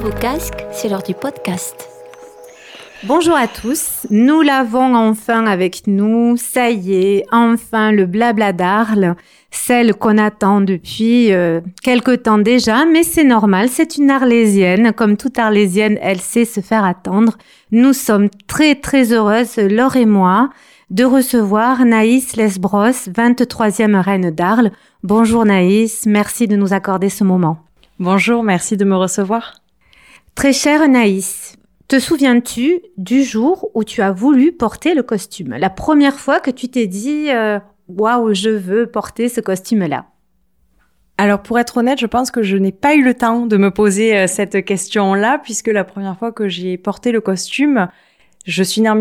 vos casques, c'est l'heure du podcast. Bonjour à tous, nous l'avons enfin avec nous, ça y est, enfin le blabla d'Arles, celle qu'on attend depuis quelque temps déjà, mais c'est normal, c'est une Arlésienne, comme toute Arlésienne, elle sait se faire attendre. Nous sommes très très heureuses, Laure et moi, de recevoir Naïs Lesbros, 23e reine d'Arles. Bonjour Naïs, merci de nous accorder ce moment. Bonjour, merci de me recevoir. Très chère Naïs, te souviens-tu du jour où tu as voulu porter le costume? La première fois que tu t'es dit « Waouh, je veux porter ce costume-là ». Alors pour être honnête, je pense que je n'ai pas eu le temps de me poser cette question-là, puisque la première fois que j'ai porté le costume, je suis née en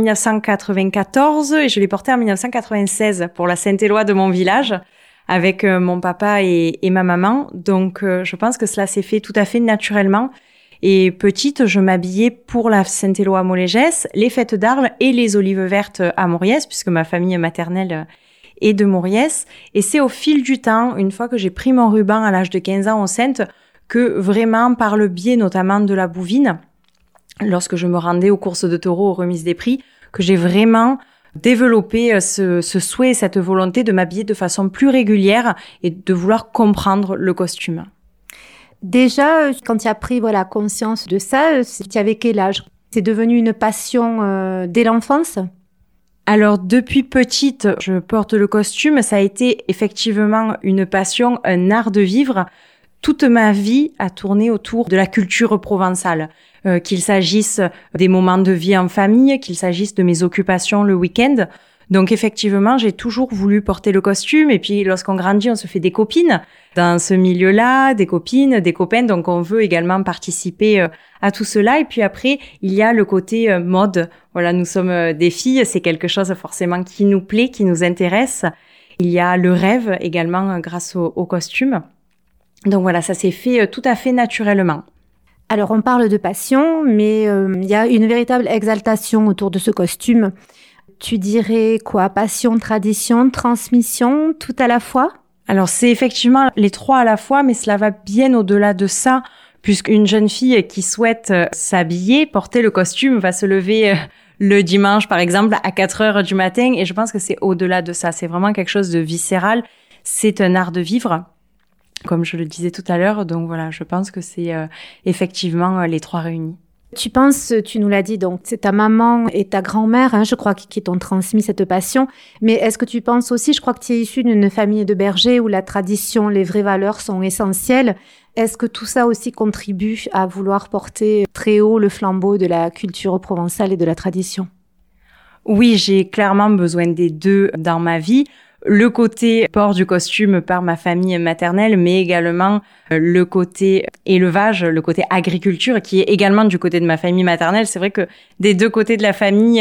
1994 et je l'ai porté en 1996 pour la Saint-Éloi de mon village, avec mon papa et ma maman. Donc je pense que cela s'est fait tout à fait naturellement. Et petite, je m'habillais pour la Saint-Éloi à Molégès, les fêtes d'Arles et les olives vertes à Mauriès, puisque ma famille maternelle est de Mauriès. Et c'est au fil du temps, une fois que j'ai pris mon ruban à l'âge de 15 ans au Saintes, que vraiment, par le biais notamment de la bouvine, lorsque je me rendais aux courses de taureaux, aux remises des prix, que j'ai vraiment développé ce souhait, cette volonté de m'habiller de façon plus régulière et de vouloir comprendre le costume. Déjà, quand tu as pris conscience de ça, tu avais quel âge? C'est devenu une passion dès l'enfance? Alors, depuis petite, je porte le costume. Ça a été effectivement une passion, un art de vivre. Toute ma vie a tourné autour de la culture provençale. Qu'il s'agisse des moments de vie en famille, qu'il s'agisse de mes occupations le week-end. Donc effectivement, j'ai toujours voulu porter le costume. Et puis lorsqu'on grandit, on se fait des copines dans ce milieu-là, des copines, des copains. Donc on veut également participer à tout cela. Et puis après, il y a le côté mode. Voilà, nous sommes des filles, c'est quelque chose forcément qui nous plaît, qui nous intéresse. Il y a le rêve également grâce au costume. Donc voilà, ça s'est fait tout à fait naturellement. Alors on parle de passion, mais il y a une véritable exaltation autour de ce costume. Tu dirais quoi? Passion, tradition, transmission, tout à la fois? Alors c'est effectivement les trois à la fois, mais cela va bien au-delà de ça, puisqu'une jeune fille qui souhaite s'habiller, porter le costume, va se lever le dimanche par exemple à 4 heures du matin, et je pense que c'est au-delà de ça, c'est vraiment quelque chose de viscéral, c'est un art de vivre, comme je le disais tout à l'heure, donc voilà, je pense que c'est effectivement les trois réunis. Tu penses, tu nous l'as dit, donc c'est ta maman et ta grand-mère, je crois, qui t'ont transmis cette passion. Mais est-ce que tu penses aussi, je crois que tu es issue d'une famille de bergers où la tradition, les vraies valeurs sont essentielles. Est-ce que tout ça aussi contribue à vouloir porter très haut le flambeau de la culture provençale et de la tradition? Oui, j'ai clairement besoin des deux dans ma vie. Le côté port du costume par ma famille maternelle, mais également le côté élevage, le côté agriculture, qui est également du côté de ma famille maternelle. C'est vrai que des deux côtés de la famille,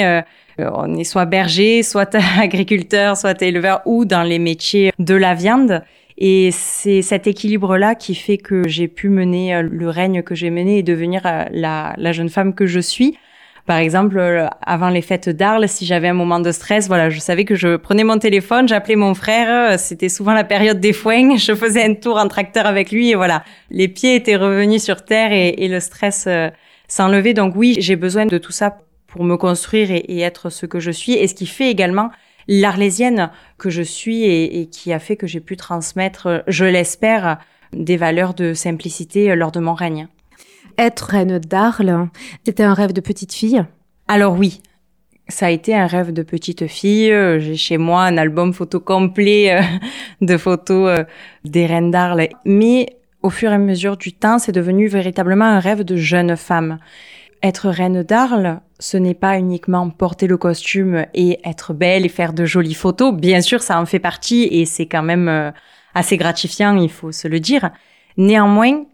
on est soit berger, soit agriculteur, soit éleveur, ou dans les métiers de la viande. Et c'est cet équilibre-là qui fait que j'ai pu mener le règne que j'ai mené et devenir la jeune femme que je suis. Par exemple, avant les fêtes d'Arles, si j'avais un moment de stress, voilà, je savais que je prenais mon téléphone, j'appelais mon frère, c'était souvent la période des foins, je faisais un tour en tracteur avec lui et voilà, les pieds étaient revenus sur terre et le stress s'enlevait. Donc oui, j'ai besoin de tout ça pour me construire et être ce que je suis, et ce qui fait également l'Arlésienne que je suis et qui a fait que j'ai pu transmettre, je l'espère, des valeurs de simplicité lors de mon règne. Être reine d'Arles, c'était un rêve de petite fille? Alors oui, ça a été un rêve de petite fille. J'ai chez moi un album photo complet de photos des reines d'Arles. Mais au fur et à mesure du temps, c'est devenu véritablement un rêve de jeune femme. Être reine d'Arles, ce n'est pas uniquement porter le costume et être belle et faire de jolies photos. Bien sûr, ça en fait partie et c'est quand même assez gratifiant, il faut se le dire. Néanmoins,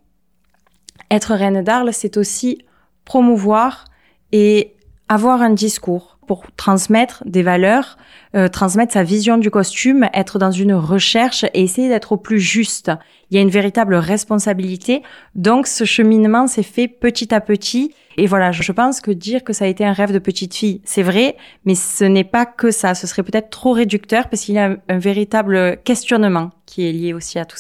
être reine d'Arles, c'est aussi promouvoir et avoir un discours pour transmettre des valeurs, transmettre sa vision du costume, être dans une recherche et essayer d'être au plus juste. Il y a une véritable responsabilité. Donc, ce cheminement s'est fait petit à petit. Et voilà, je pense que dire que ça a été un rêve de petite fille, c'est vrai, mais ce n'est pas que ça. Ce serait peut-être trop réducteur parce qu'il y a un véritable questionnement qui est lié aussi à tout ça.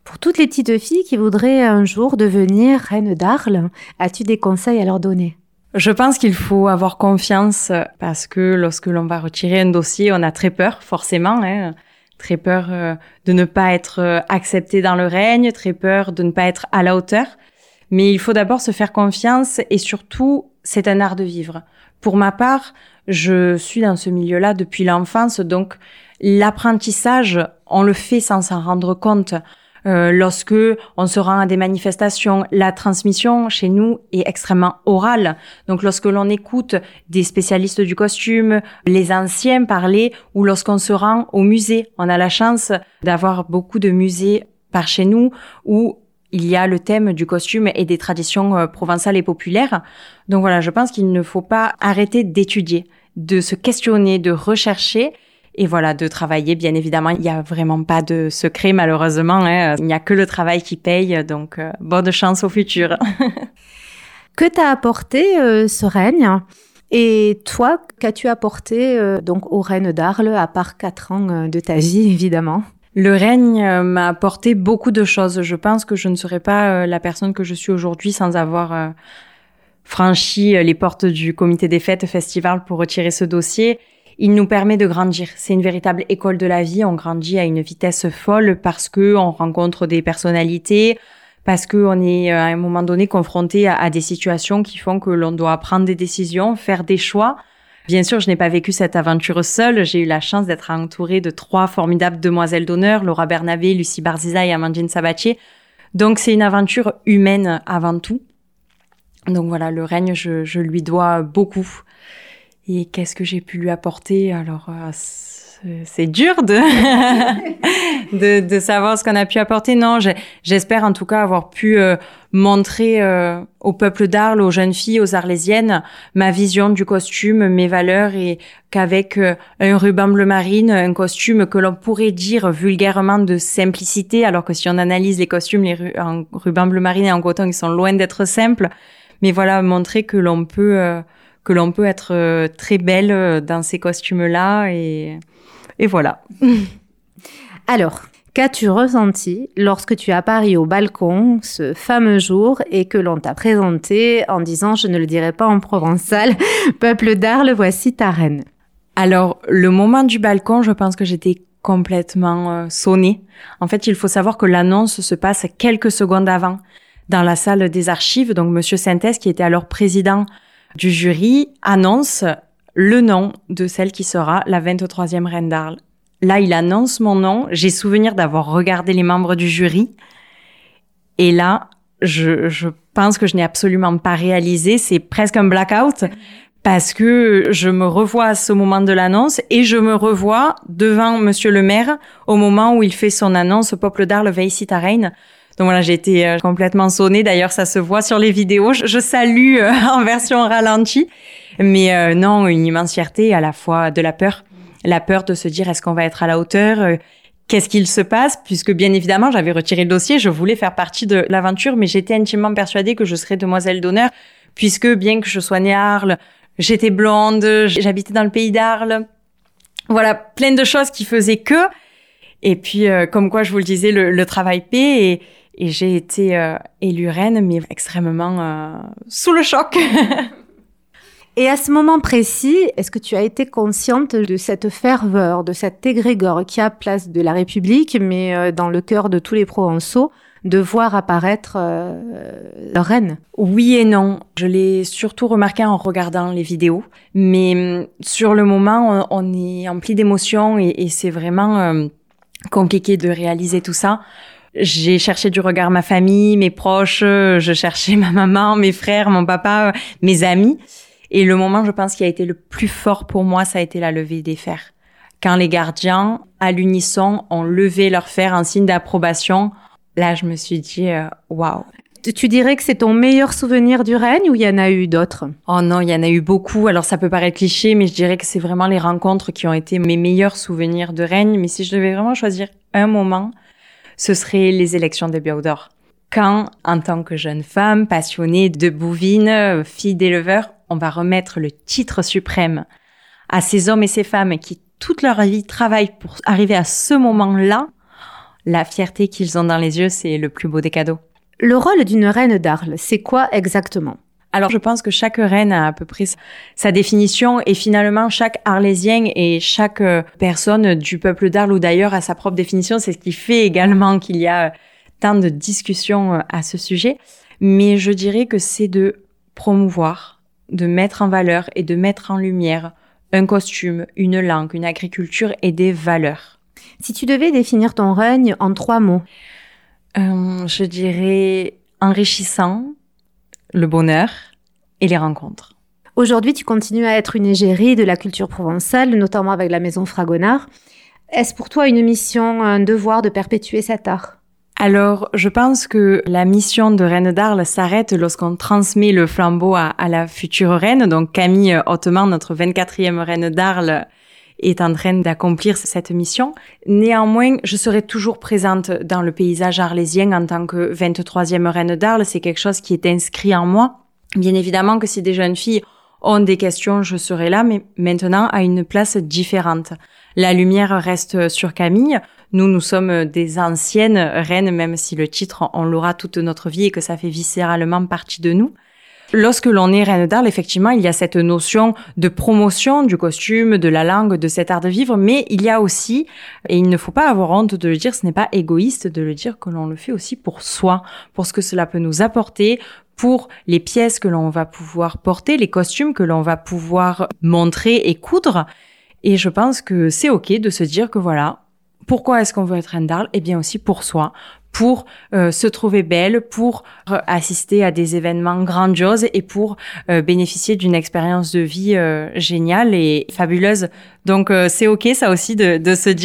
Pour toutes les petites filles qui voudraient un jour devenir reine d'Arles, as-tu des conseils à leur donner? Je pense qu'il faut avoir confiance parce que lorsque l'on va retirer un dossier, on a très peur, forcément, très peur de ne pas être accepté dans le règne, très peur de ne pas être à la hauteur. Mais il faut d'abord se faire confiance et surtout, c'est un art de vivre. Pour ma part, je suis dans ce milieu-là depuis l'enfance, donc l'apprentissage, on le fait sans s'en rendre compte. Lorsque on se rend à des manifestations, la transmission chez nous est extrêmement orale. Donc lorsque l'on écoute des spécialistes du costume, les anciens parler, ou lorsqu'on se rend au musée, on a la chance d'avoir beaucoup de musées par chez nous où il y a le thème du costume et des traditions provençales et populaires. Donc voilà, je pense qu'il ne faut pas arrêter d'étudier, de se questionner, de rechercher. Et voilà, de travailler, bien évidemment. Il n'y a vraiment pas de secret, malheureusement. Il n'y a que le travail qui paye. Donc, bonne chance au futur. Que t'a apporté ce règne? Et toi, qu'as-tu apporté donc au règne d'Arles, à part 4 ans de ta vie, évidemment? Le règne m'a apporté beaucoup de choses. Je pense que je ne serais pas la personne que je suis aujourd'hui sans avoir franchi les portes du comité des fêtes festival pour retirer ce dossier. Il nous permet de grandir. C'est une véritable école de la vie. On grandit à une vitesse folle parce que on rencontre des personnalités, parce que on est à un moment donné confronté à des situations qui font que l'on doit prendre des décisions, faire des choix. Bien sûr, je n'ai pas vécu cette aventure seule. J'ai eu la chance d'être entourée de 3 formidables demoiselles d'honneur, Laura Bernabé, Lucie Barziza et Amandine Sabatier. Donc, c'est une aventure humaine avant tout. Donc voilà, le règne, je lui dois beaucoup. Et qu'est-ce que j'ai pu lui apporter? Alors, c'est dur de savoir ce qu'on a pu apporter. Non, j'espère en tout cas avoir pu montrer au peuple d'Arles, aux jeunes filles, aux Arlésiennes, ma vision du costume, mes valeurs, et qu'avec un ruban bleu marine, un costume que l'on pourrait dire vulgairement de simplicité, alors que si on analyse les costumes, en ruban bleu marine et en coton, ils sont loin d'être simples. Mais voilà, montrer que l'on peut être très belle dans ces costumes-là et voilà. Alors, qu'as-tu ressenti lorsque tu as apparu au balcon ce fameux jour et que l'on t'a présenté en disant, je ne le dirai pas en provençal, peuple d'Arles, voici ta reine? Alors, le moment du balcon, je pense que j'étais complètement sonnée. En fait, il faut savoir que l'annonce se passe quelques secondes avant dans la salle des archives. Donc, Monsieur Sintès, qui était alors président du jury, annonce le nom de celle qui sera la 23e reine d'Arles. Là, il annonce mon nom. J'ai souvenir d'avoir regardé les membres du jury. Et là, je pense que je n'ai absolument pas réalisé. C'est presque un blackout parce que je me revois à ce moment de l'annonce et je me revois devant Monsieur le maire au moment où il fait son annonce « Peuple d'Arles, voici ta reine ». Donc voilà, j'ai été complètement sonnée. D'ailleurs, ça se voit sur les vidéos. Je salue en version ralentie. Mais non, une immense fierté, à la fois de la peur. La peur de se dire, est-ce qu'on va être à la hauteur? Qu'est-ce qu'il se passe? Puisque bien évidemment, j'avais retiré le dossier, je voulais faire partie de l'aventure, mais j'étais intimement persuadée que je serais demoiselle d'honneur, puisque bien que je sois née à Arles, j'étais blonde, j'habitais dans le pays d'Arles. Voilà, plein de choses qui faisaient que. Et puis, comme quoi, je vous le disais, le travail paie et j'ai été élue reine, mais extrêmement sous le choc. Et à ce moment précis, est-ce que tu as été consciente de cette ferveur, de cet égrégore qui a place de la République, mais dans le cœur de tous les Provençaux, de voir apparaître leur reine? Oui et non. Je l'ai surtout remarqué en regardant les vidéos. Mais sur le moment, on est empli d'émotions et c'est vraiment compliqué de réaliser tout ça. J'ai cherché du regard ma famille, mes proches, je cherchais ma maman, mes frères, mon papa, mes amis. Et le moment, je pense, qui a été le plus fort pour moi, ça a été la levée des fers. Quand les gardiens, à l'unisson, ont levé leurs fers en signe d'approbation, là, je me suis dit, waouh. Tu dirais que c'est ton meilleur souvenir du règne ou il y en a eu d'autres? Oh non, il y en a eu beaucoup. Alors, ça peut paraître cliché, mais je dirais que c'est vraiment les rencontres qui ont été mes meilleurs souvenirs de règne. Mais si je devais vraiment choisir un moment, ce serait les élections des Biaux d'Or. Quand, en tant que jeune femme passionnée de bouvines, fille d'éleveur, on va remettre le titre suprême à ces hommes et ces femmes qui, toute leur vie, travaillent pour arriver à ce moment-là. la fierté qu'ils ont dans les yeux, c'est le plus beau des cadeaux. Le rôle d'une reine d'Arles, c'est quoi exactement ? Alors, je pense que chaque reine a à peu près sa définition et finalement, chaque Arlésien et chaque personne du peuple d'Arles ou d'ailleurs a sa propre définition. C'est ce qui fait également qu'il y a tant de discussions à ce sujet. Mais je dirais que c'est de promouvoir, de mettre en valeur et de mettre en lumière un costume, une langue, une agriculture et des valeurs. Si tu devais définir ton règne en 3 mots. Je dirais enrichissant, le bonheur et les rencontres. Aujourd'hui, tu continues à être une égérie de la culture provençale, notamment avec la maison Fragonard. Est-ce pour toi une mission, un devoir de perpétuer cet art ? Alors, je pense que la mission de Reine d'Arles s'arrête lorsqu'on transmet le flambeau à la future reine. Donc, Camille Hautement, notre 24e reine d'Arles, est en train d'accomplir cette mission. Néanmoins, je serai toujours présente dans le paysage arlésien en tant que 23e reine d'Arles. C'est quelque chose qui est inscrit en moi. Bien évidemment que si des jeunes filles ont des questions, je serai là, mais maintenant à une place différente. La lumière reste sur Camille. Nous sommes des anciennes reines, même si le titre, on l'aura toute notre vie et que ça fait viscéralement partie de nous. Lorsque l'on est reine d'Arles, effectivement, il y a cette notion de promotion du costume, de la langue, de cet art de vivre, mais il y a aussi, et il ne faut pas avoir honte de le dire, ce n'est pas égoïste de le dire, que l'on le fait aussi pour soi, pour ce que cela peut nous apporter, pour les pièces que l'on va pouvoir porter, les costumes que l'on va pouvoir montrer et coudre. Et je pense que c'est OK de se dire que voilà, pourquoi est-ce qu'on veut être reine d'Arles ? Eh bien aussi pour soi, pour se trouver belle, pour assister à des événements grandioses et pour bénéficier d'une expérience de vie géniale et fabuleuse. Donc c'est OK ça aussi de se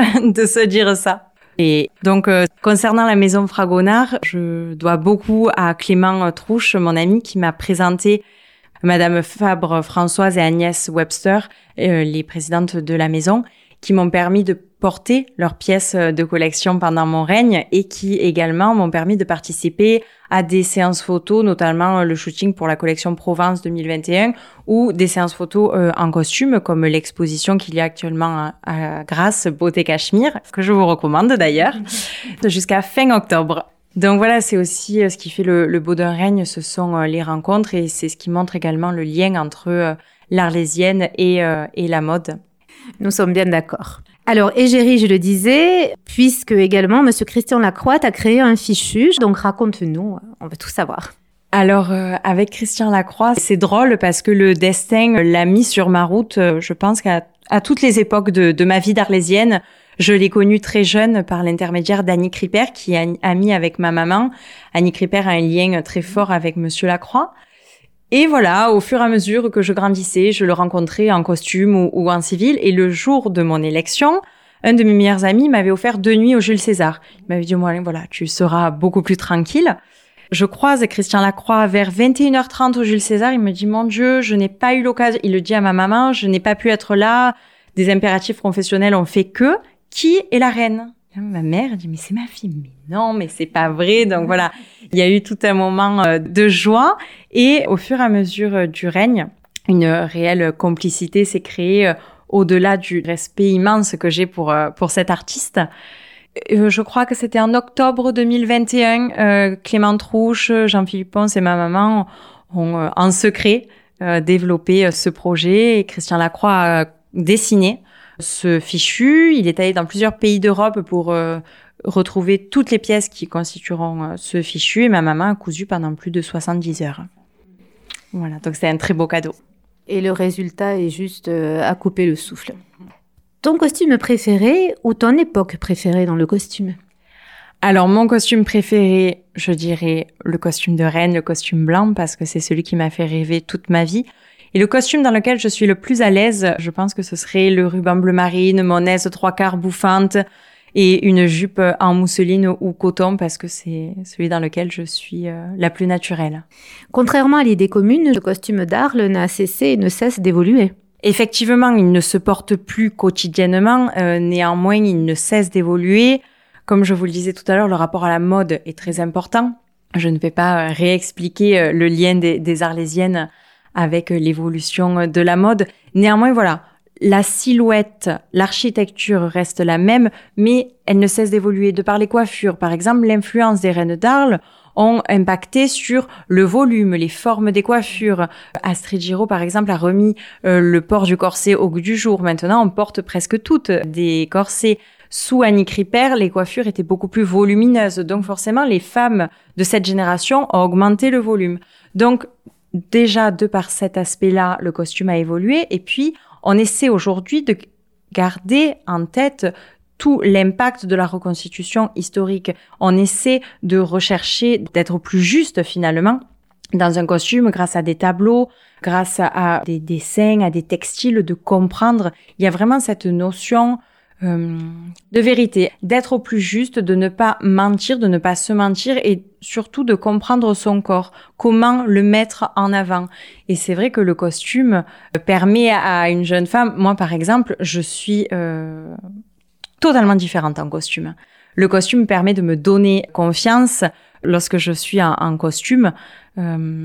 dire ça. Et donc concernant la maison Fragonard, je dois beaucoup à Clément Trouche, mon ami, qui m'a présenté Madame Fabre Françoise et Agnès Webster, les présidentes de la maison, qui m'ont permis de porter leurs pièces de collection pendant mon règne et qui également m'ont permis de participer à des séances photos, notamment le shooting pour la collection Provence 2021 ou des séances photos en costume comme l'exposition qu'il y a actuellement à Grasse, Beauté Cachemire, que je vous recommande d'ailleurs, jusqu'à fin octobre. Donc voilà, c'est aussi ce qui fait le beau d'un règne, ce sont les rencontres et c'est ce qui montre également le lien entre l'Arlésienne et la mode. Nous sommes bien d'accord. Alors, égérie, je le disais, puisque également, Monsieur Christian Lacroix t'a créé un fichu. Donc, raconte-nous, on veut tout savoir. Alors, avec Christian Lacroix, c'est drôle parce que le destin l'a mis sur ma route. Je pense qu'à toutes les époques de ma vie d'arlésienne, je l'ai connu très jeune par l'intermédiaire d'Annie Cripper, qui est amie avec ma maman. Annie Cripper a un lien très fort avec Monsieur Lacroix. Et voilà, au fur et à mesure que je grandissais, je le rencontrais en costume ou en civil. Et le jour de mon élection, un de mes meilleurs amis m'avait offert 2 nuits au Jules César. Il m'avait dit, voilà, tu seras beaucoup plus tranquille. Je croise Christian Lacroix vers 21h30 au Jules César. Il me dit, mon Dieu, je n'ai pas eu l'occasion. Il le dit à ma maman, je n'ai pas pu être là. Des impératifs professionnels ont fait que. Qui est la reine ? Ma mère dit, mais c'est ma fille. Mais non, mais c'est pas vrai. Donc voilà, il y a eu tout un moment de joie. Et au fur et à mesure du règne, une réelle complicité s'est créée au-delà du respect immense que j'ai pour cet artiste. Je crois que c'était en octobre 2021. Clément Trouche, Jean-Philippe Ponce et ma maman ont en secret développé ce projet. Et Christian Lacroix a dessiné ce fichu. Il est allé dans plusieurs pays d'Europe pour retrouver toutes les pièces qui constitueront ce fichu. Et ma maman a cousu pendant plus de 70 heures. Voilà, donc c'est un très beau cadeau. Et le résultat est juste à couper le souffle. Ton costume préféré ou ton époque préférée dans le costume ? Alors, mon costume préféré, je dirais le costume de reine, le costume blanc, parce que c'est celui qui m'a fait rêver toute ma vie. Et le costume dans lequel je suis le plus à l'aise, je pense que ce serait le ruban bleu marine, mon aise 3/4 bouffante et une jupe en mousseline ou coton parce que c'est celui dans lequel je suis la plus naturelle. Contrairement à l'idée commune, le costume d'Arles n'a cessé et ne cesse d'évoluer. Effectivement, il ne se porte plus quotidiennement, néanmoins il ne cesse d'évoluer. Comme je vous le disais tout à l'heure, le rapport à la mode est très important. Je ne vais pas réexpliquer le lien des Arlésiennes avec l'évolution de la mode. Néanmoins, voilà, la silhouette, l'architecture reste la même, mais elle ne cesse d'évoluer. De par les coiffures, par exemple, l'influence des reines d'Arles ont impacté sur le volume, les formes des coiffures. Astrid Giraud, par exemple, a remis le port du corset au goût du jour. Maintenant, on porte presque toutes des corsets. Sous Annick Ripert, les coiffures étaient beaucoup plus volumineuses. Donc forcément, les femmes de cette génération ont augmenté le volume. Donc déjà, de par cet aspect-là, le costume a évolué. Et puis, on essaie aujourd'hui de garder en tête tout l'impact de la reconstitution historique. On essaie de rechercher, d'être plus juste finalement dans un costume grâce à des tableaux, grâce à des dessins, à des textiles, de comprendre. Il y a vraiment cette notion de vérité, d'être au plus juste, de ne pas mentir, de ne pas se mentir et surtout de comprendre son corps, comment le mettre en avant. Et c'est vrai que le costume permet à une jeune femme, moi par exemple, je suis totalement différente en costume. Le costume permet de me donner confiance. Lorsque je suis en costume, il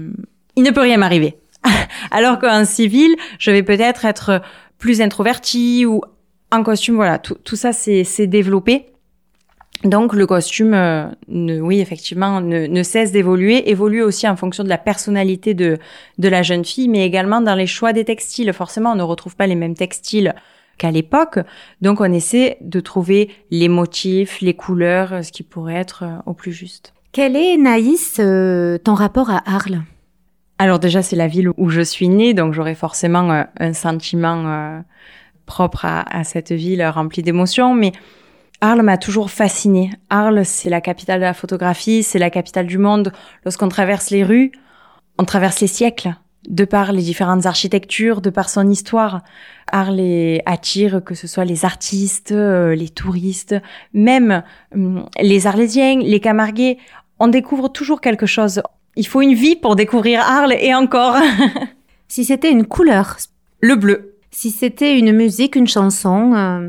ne peut rien m'arriver. Alors qu'en civil, je vais peut-être être plus introvertie ou en costume, voilà, tout ça c'est développé. Donc le costume, effectivement, ne cesse d'évoluer, évolue aussi en fonction de la personnalité de la jeune fille, mais également dans les choix des textiles. Forcément, on ne retrouve pas les mêmes textiles qu'à l'époque, donc on essaie de trouver les motifs, les couleurs, ce qui pourrait être au plus juste. Quel est, Naïs, ton rapport à Arles ? Alors déjà, c'est la ville où je suis née, donc j'aurais forcément un sentiment propre à cette ville remplie d'émotions, mais Arles m'a toujours fascinée. Arles, c'est la capitale de la photographie, c'est la capitale du monde. Lorsqu'on traverse les rues, on traverse les siècles, de par les différentes architectures, de par son histoire. Arles attire que ce soit les artistes, les touristes, même les Arlésiens, les Camarguais. On découvre toujours quelque chose. Il faut une vie pour découvrir Arles et encore. Si c'était une couleur ? Le bleu. Si c'était une musique, une chanson ?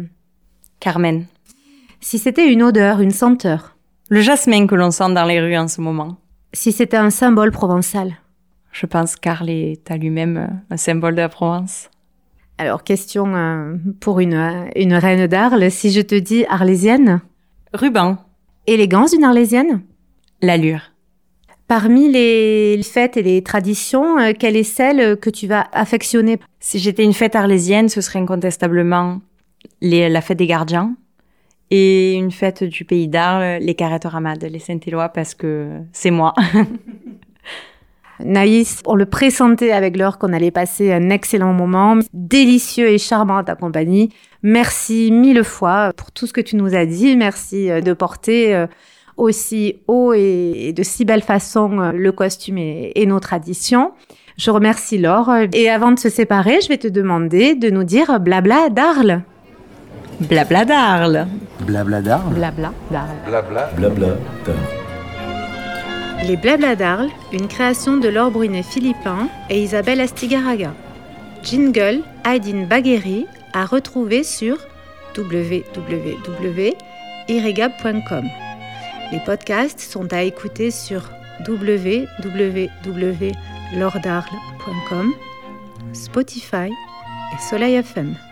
Carmen. Si c'était une odeur, une senteur ? Le jasmin que l'on sent dans les rues en ce moment. Si c'était un symbole provençal ? Je pense qu'Arles est à lui-même un symbole de la Provence. Alors, question pour une reine d'Arles. Si je te dis arlésienne ? Ruban. Élégance d'une arlésienne ? L'allure. Parmi les fêtes et les traditions, quelle est celle que tu vas affectionner ? Si j'étais une fête arlésienne, ce serait incontestablement la fête des gardiens et une fête du pays d'Arles, les carrettes ramades, les Saint-Éloi, parce que c'est moi. Naïs, on le pressentait avec l'heure qu'on allait passer un excellent moment, délicieux et charmant à ta compagnie. Merci mille fois pour tout ce que tu nous as dit. Merci de porter aussi haut et de si belle façon le costume et nos traditions. Je remercie Laure. Et avant de se séparer, je vais te demander de nous dire blabla d'Arles. Blabla d'Arles. Blabla d'Arles. Blabla d'Arles. Blabla d'Arles. Les Blabla d'Arles, une création de Laure Brunet-Philippin et Isabelle Astigaraga. Jingle Aydin Bagheri à retrouver sur www.irregab.com. Les podcasts sont à écouter sur www.laurdarles.com, Spotify et Soleil FM.